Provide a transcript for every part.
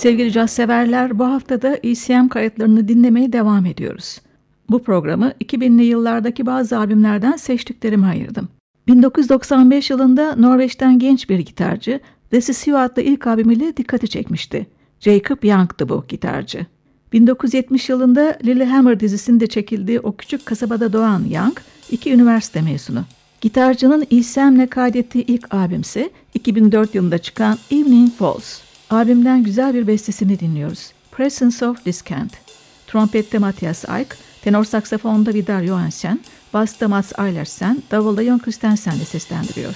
Sevgili caz severler, bu hafta da ECM kayıtlarını dinlemeye devam ediyoruz. Bu programı 2000'li yıllardaki bazı albümlerden seçtiklerimi ayırdım. 1995 yılında Norveç'ten genç bir gitarcı, This Is You adlı ilk albümüyle dikkati çekmişti. Jacob Young'dı bu gitarcı. 1970 yılında Lillehammer dizisinde çekildiği o küçük kasabada doğan Young, 2 üniversite mezunu. Gitarcının ECM'le kaydettiği ilk albümse 2004 yılında çıkan Evening Falls. Albümden güzel bir bestesini dinliyoruz. Presence of Discant. Trompette Matthias Eick, tenor saksafonda Vidar Johansen, basta Mats Eilertsen, davulda Jon Christensen de seslendiriyor.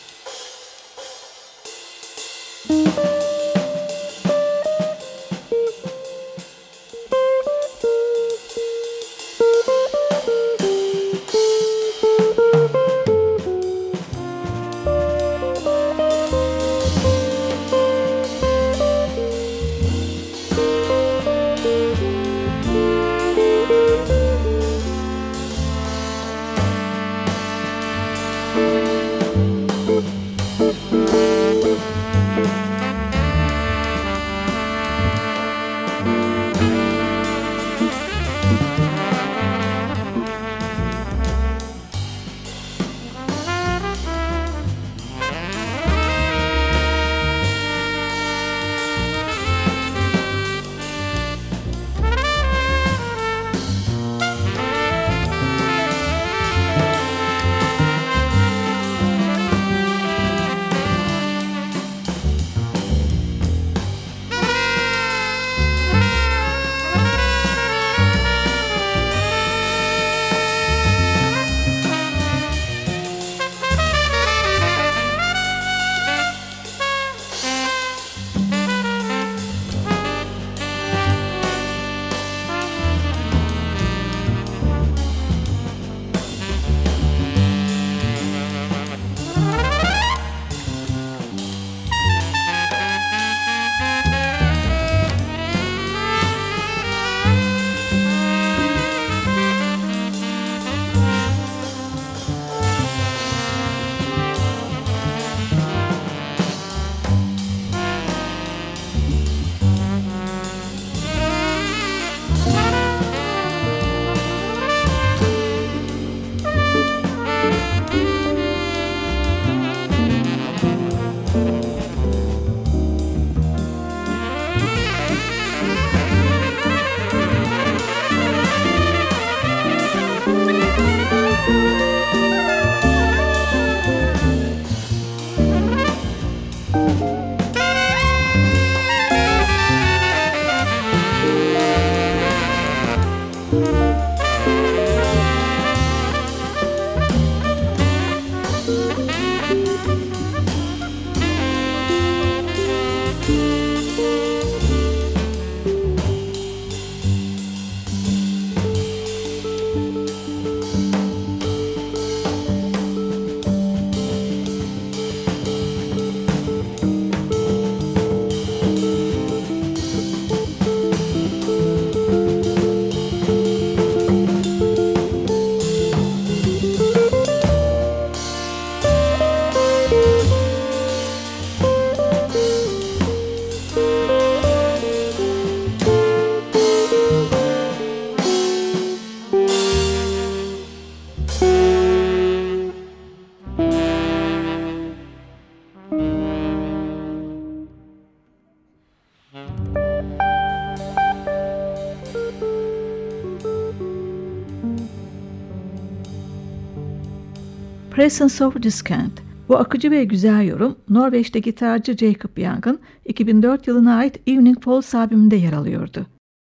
Presence of Discant. Bu akıcı ve güzel yorum, Norveç'te gitarcı Jacob Young'ın 2004 yılına ait Evening Falls albümünde yer alıyordu.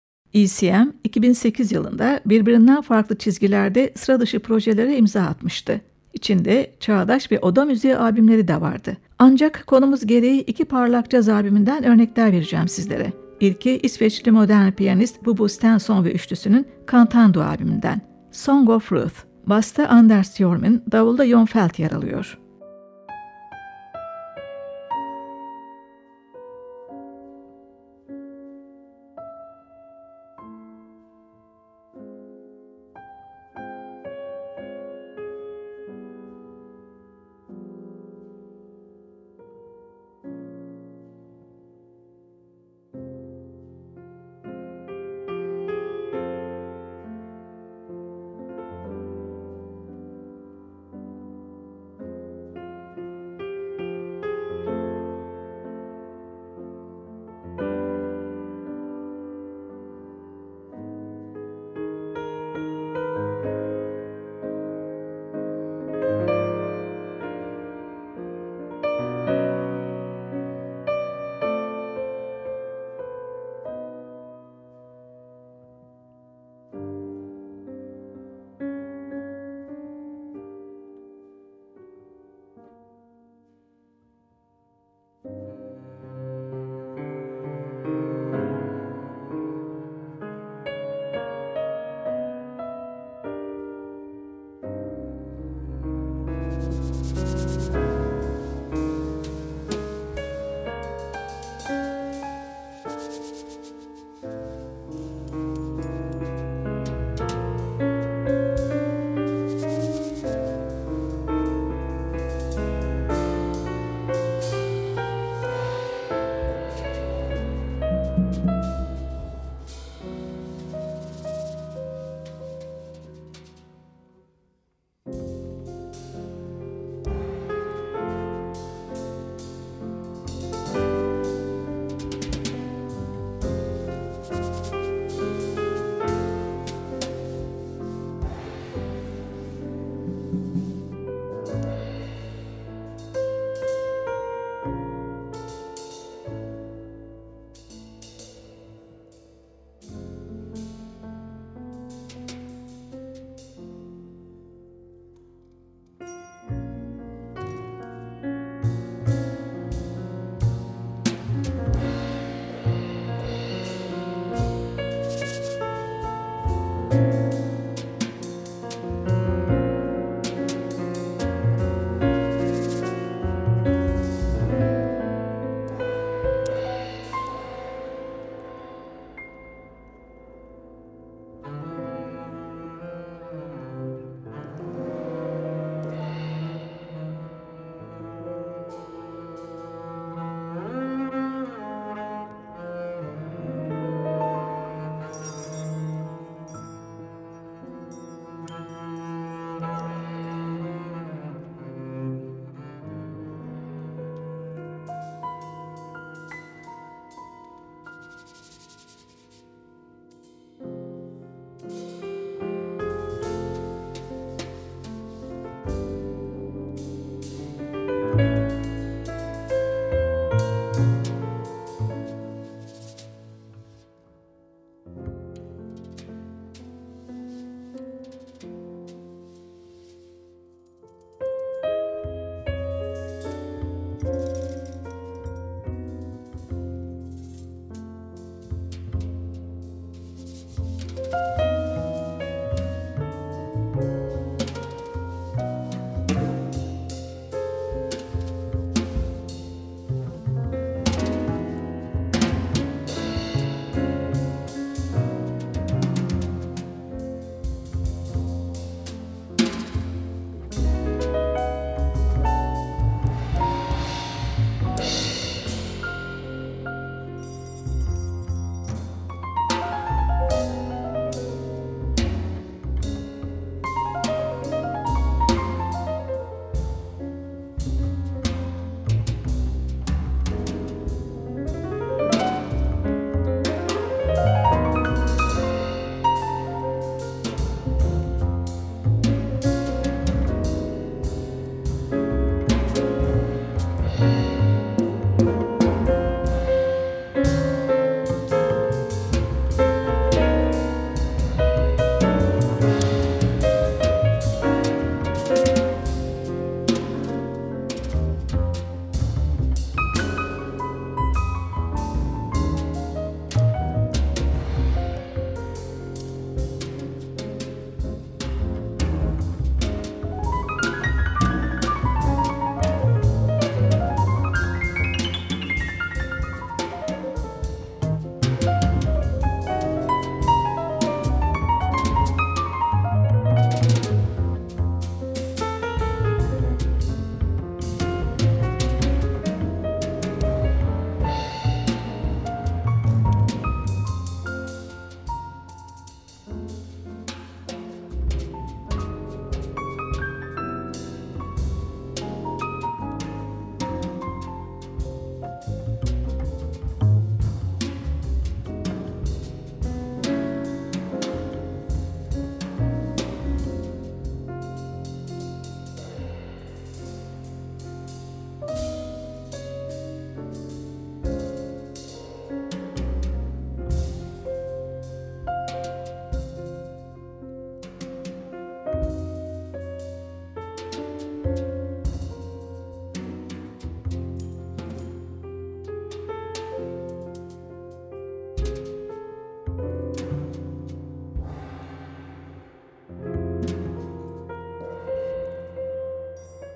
ECM, 2008 yılında birbirinden farklı çizgilerde sıra dışı projelere imza atmıştı. İçinde çağdaş ve oda müziği albümleri de vardı. Ancak konumuz gereği 2 parlak caz albümünden örnekler vereceğim sizlere. İlki İsveçli modern piyanist Bubu Stenson ve üçlüsünün Cantando albümünden. Song of Ruth. Basta Anders Jormin, davulda Jon Felt yer alıyor.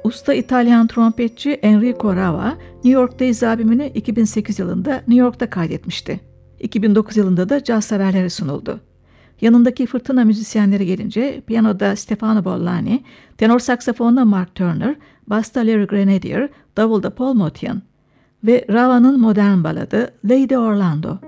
Usta İtalyan trompetçi Enrico Rava, New York Days albümünü 2008 yılında New York'ta kaydetmişti. 2009 yılında da caz severlere sunuldu. Yanındaki fırtına müzisyenleri gelince piyanoda Stefano Bollani, tenor saksafonda Mark Turner, basta Larry Grenadier, davulda Paul Motian ve Rava'nın modern baladı Lady Orlando.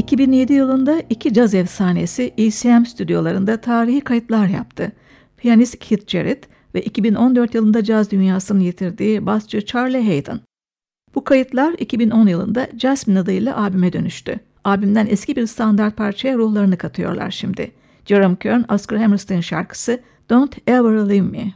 2007 yılında iki caz efsanesi ECM stüdyolarında tarihi kayıtlar yaptı. Piyanist Keith Jarrett ve 2014 yılında caz dünyasının yitirdiği basçı Charlie Haden. Bu kayıtlar 2010 yılında Jasmine adıyla albüme dönüştü. Albümden eski bir standart parçaya ruhlarını katıyorlar şimdi. Jerome Kern, Oscar Hammerstein şarkısı Don't Ever Leave Me.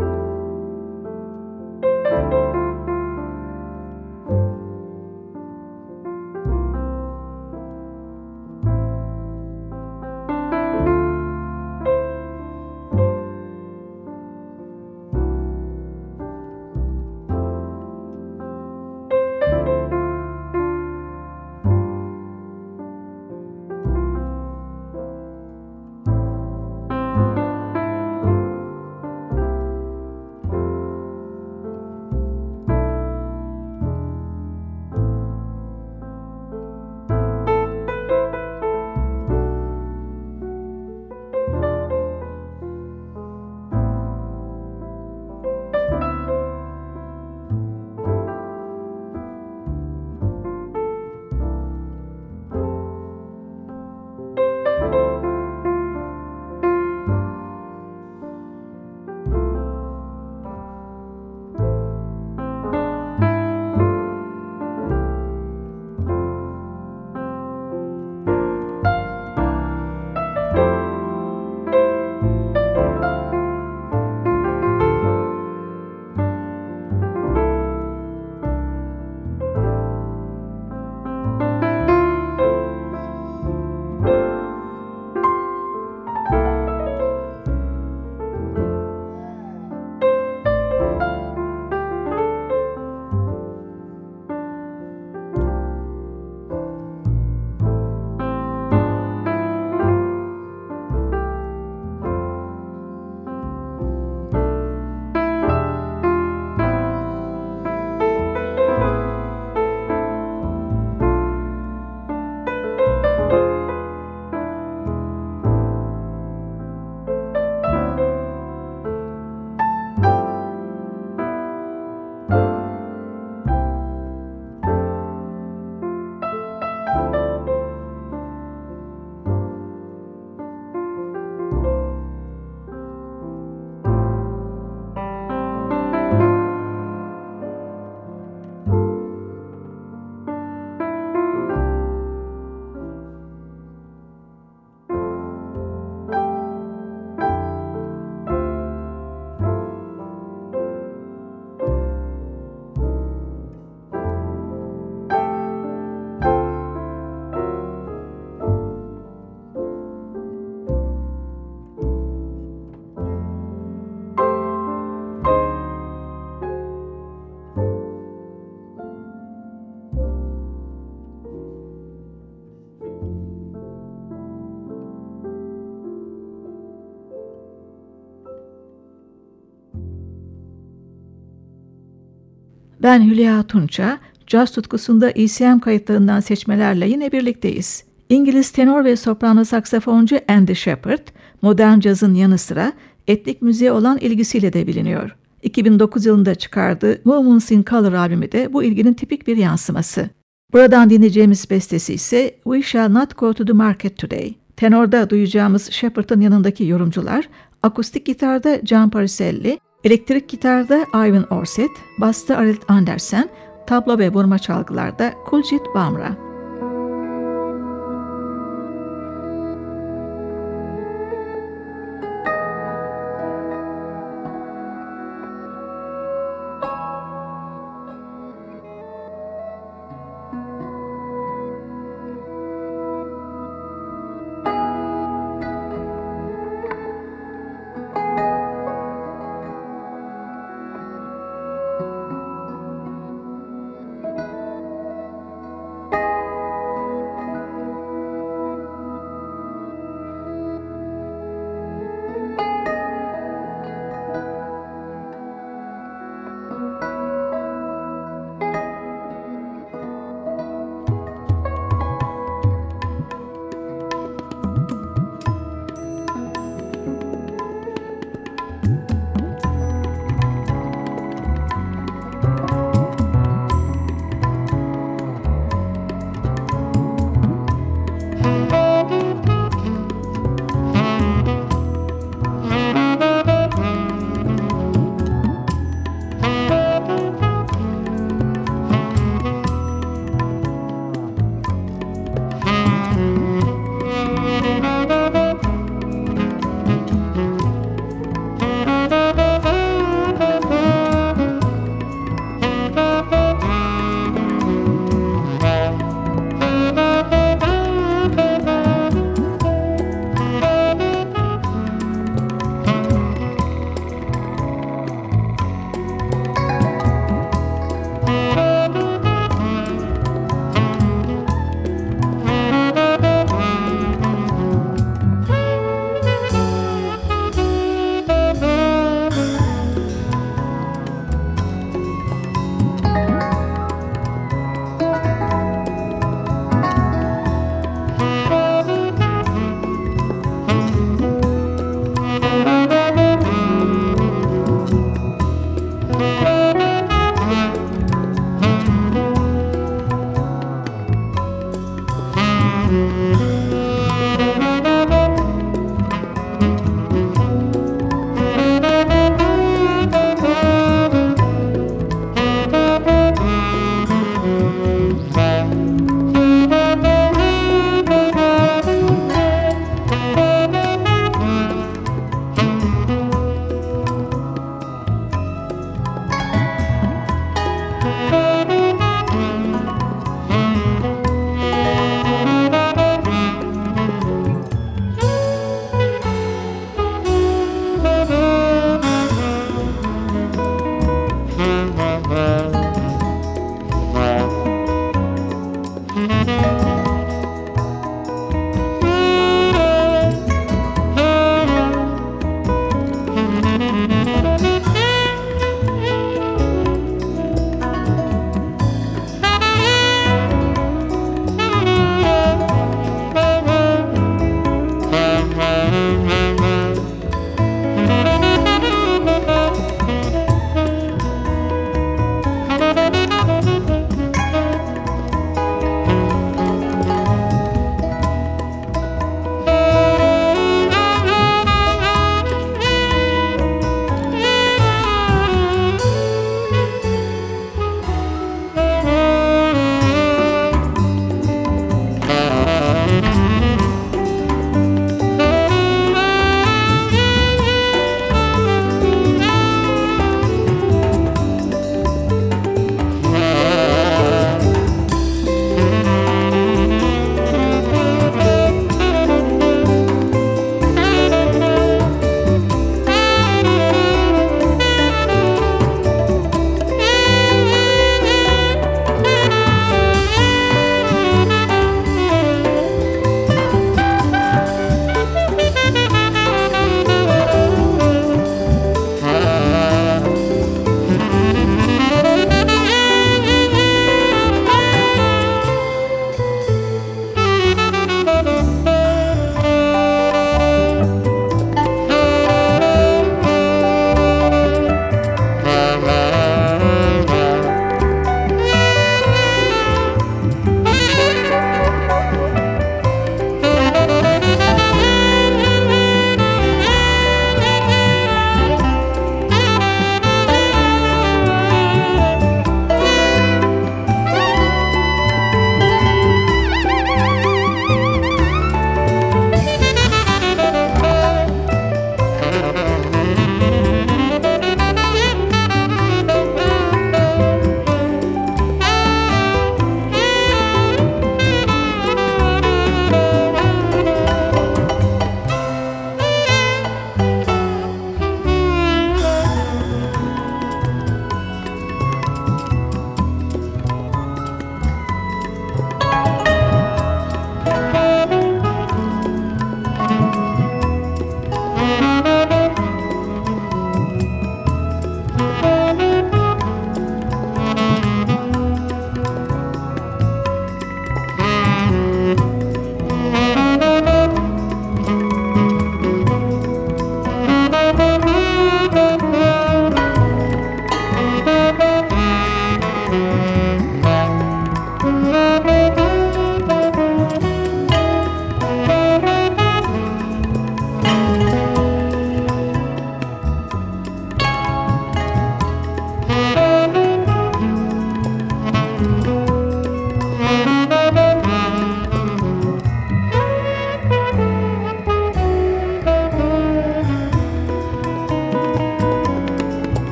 Ben Hülya Tunça, caz tutkusunda ECM kayıtlarından seçmelerle yine birlikteyiz. İngiliz tenor ve soprano saksafoncu Andy Shepherd, modern cazın yanı sıra etnik müziğe olan ilgisiyle de biliniyor. 2009 yılında çıkardığı Moments in Color albümü de bu ilginin tipik bir yansıması. Buradan dinleyeceğimiz bestesi ise We Shall Not Go to the Market Today. Tenorda duyacağımız Shepherd'ın yanındaki yorumcular, akustik gitarda John Pariselli, elektrik gitarda Ivan Orset, basta Arlet Andersen, tablo ve vurma çalgılarda Kuljit Bamra.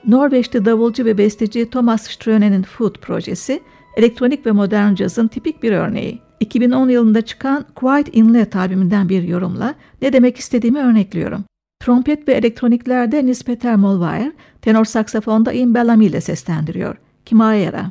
Norveçli davulcu ve besteci Thomas Strøne'nin Food projesi, elektronik ve modern cazın tipik bir örneği. 2010 yılında çıkan Quiet Inlet albümünden bir yorumla ne demek istediğimi örnekliyorum. Trompet ve elektroniklerde Nils Petter Molvær, tenor saksafonda Ian Bellamy ile seslendiriyor. Kimahera.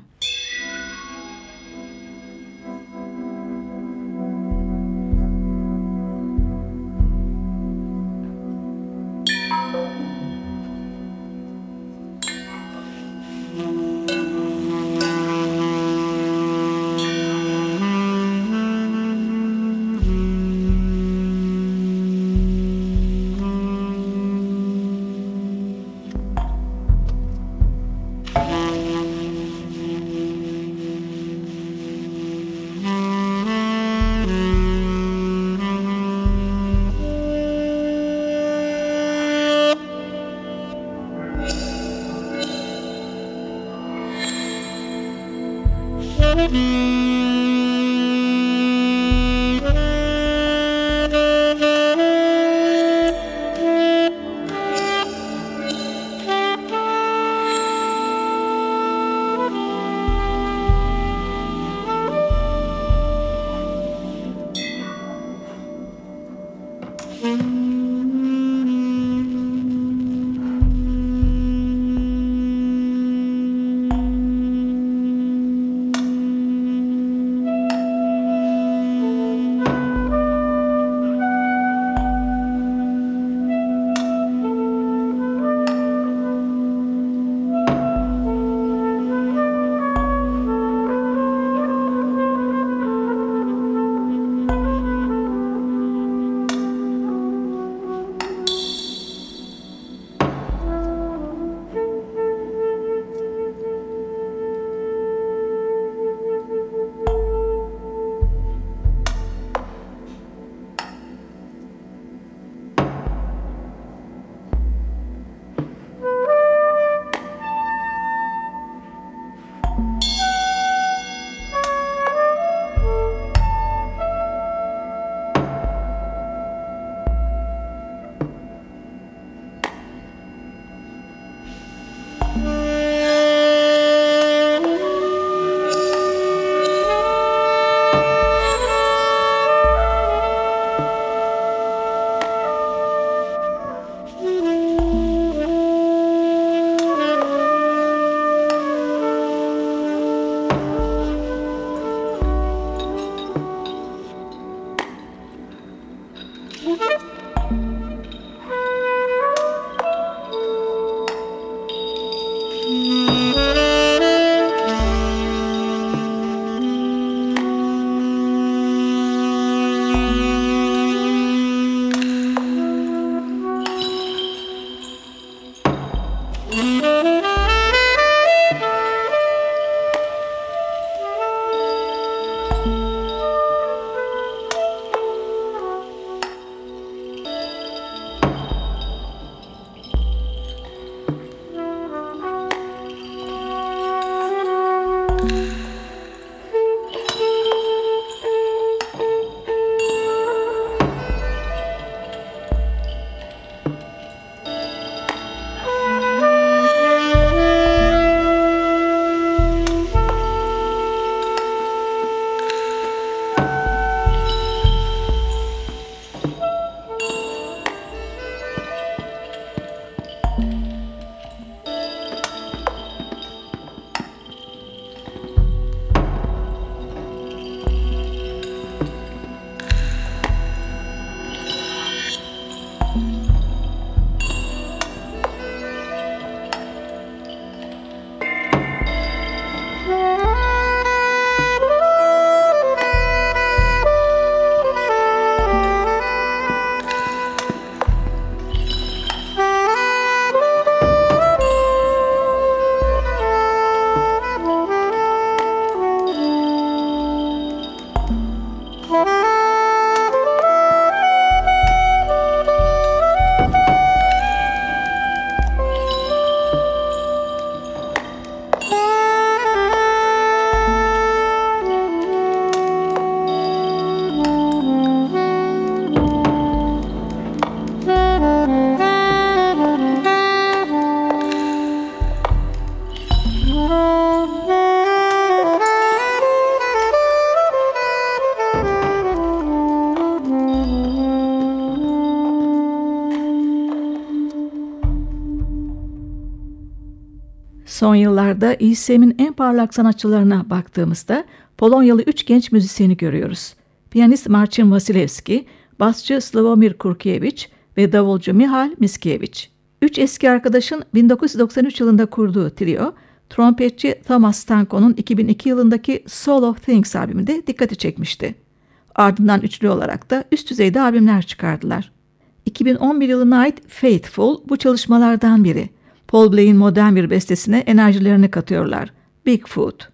Son yıllarda ECM'in en parlak sanatçılarına baktığımızda Polonyalı 3 genç müzisyeni görüyoruz. Piyanist Marcin Wasilewski, basçı Sławomir Kurkiewicz ve davulcu Michal Mickiewicz. 3 eski arkadaşın 1993 yılında kurduğu trio, trompetçi Thomas Stanko'nun 2002 yılındaki Soul of Things albümünde dikkati çekmişti. Ardından üçlü olarak da üst düzeyde albümler çıkardılar. 2011 yılına ait Faithful bu çalışmalardan biri. Paul Bley'in modern bir bestesine enerjilerini katıyorlar. Bigfoot.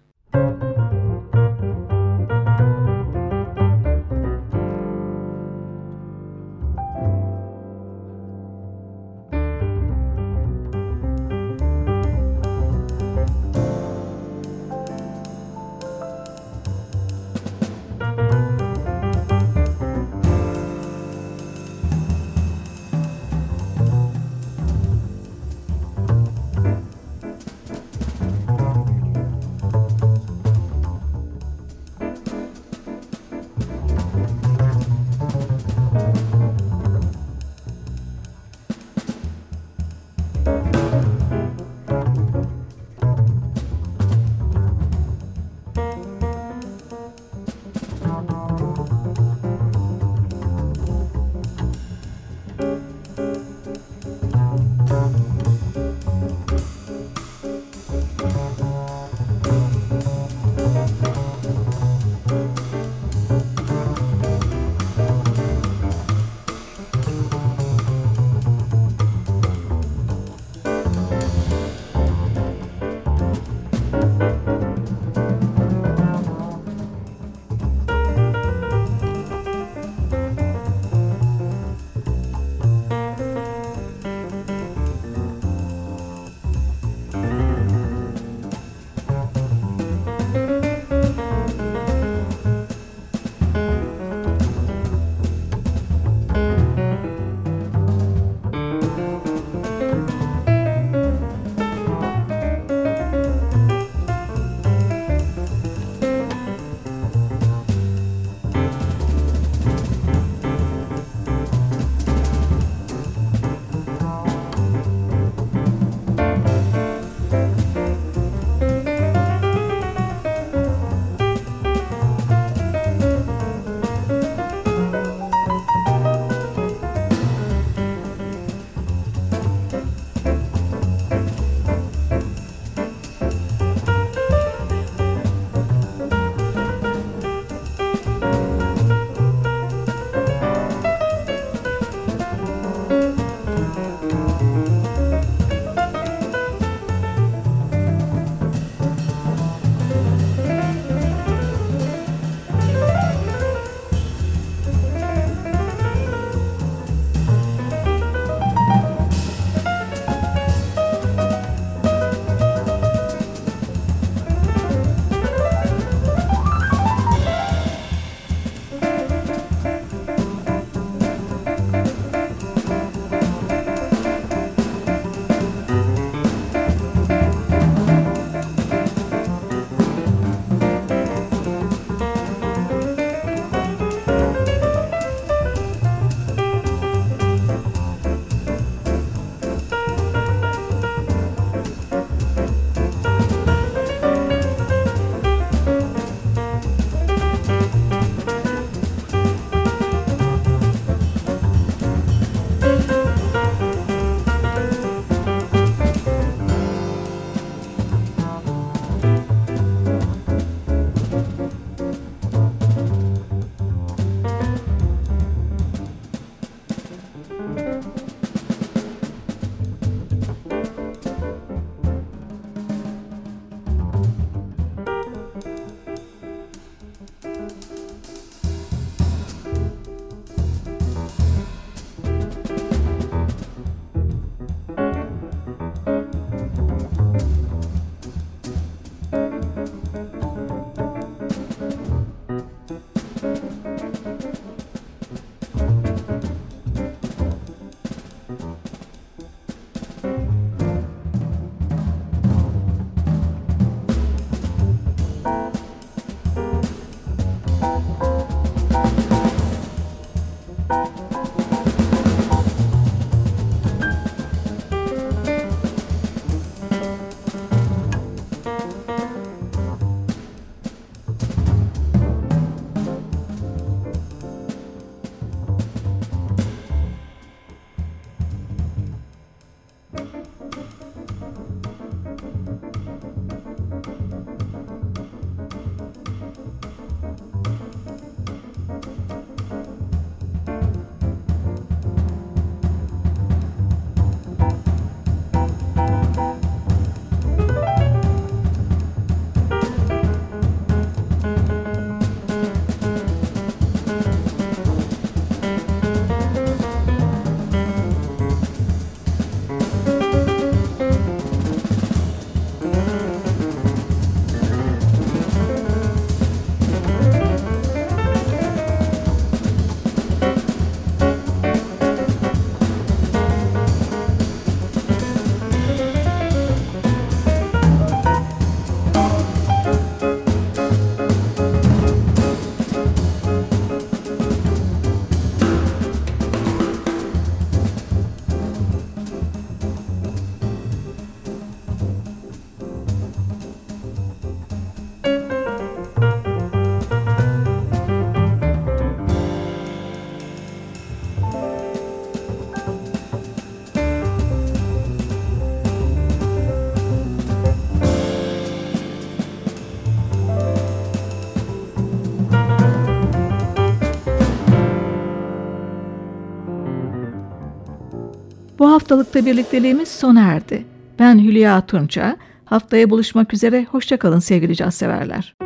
Bu haftalıkta birlikteliğimiz sona erdi. Ben Hülya Tunça. Haftaya buluşmak üzere. Hoşça kalın sevgili caz severler.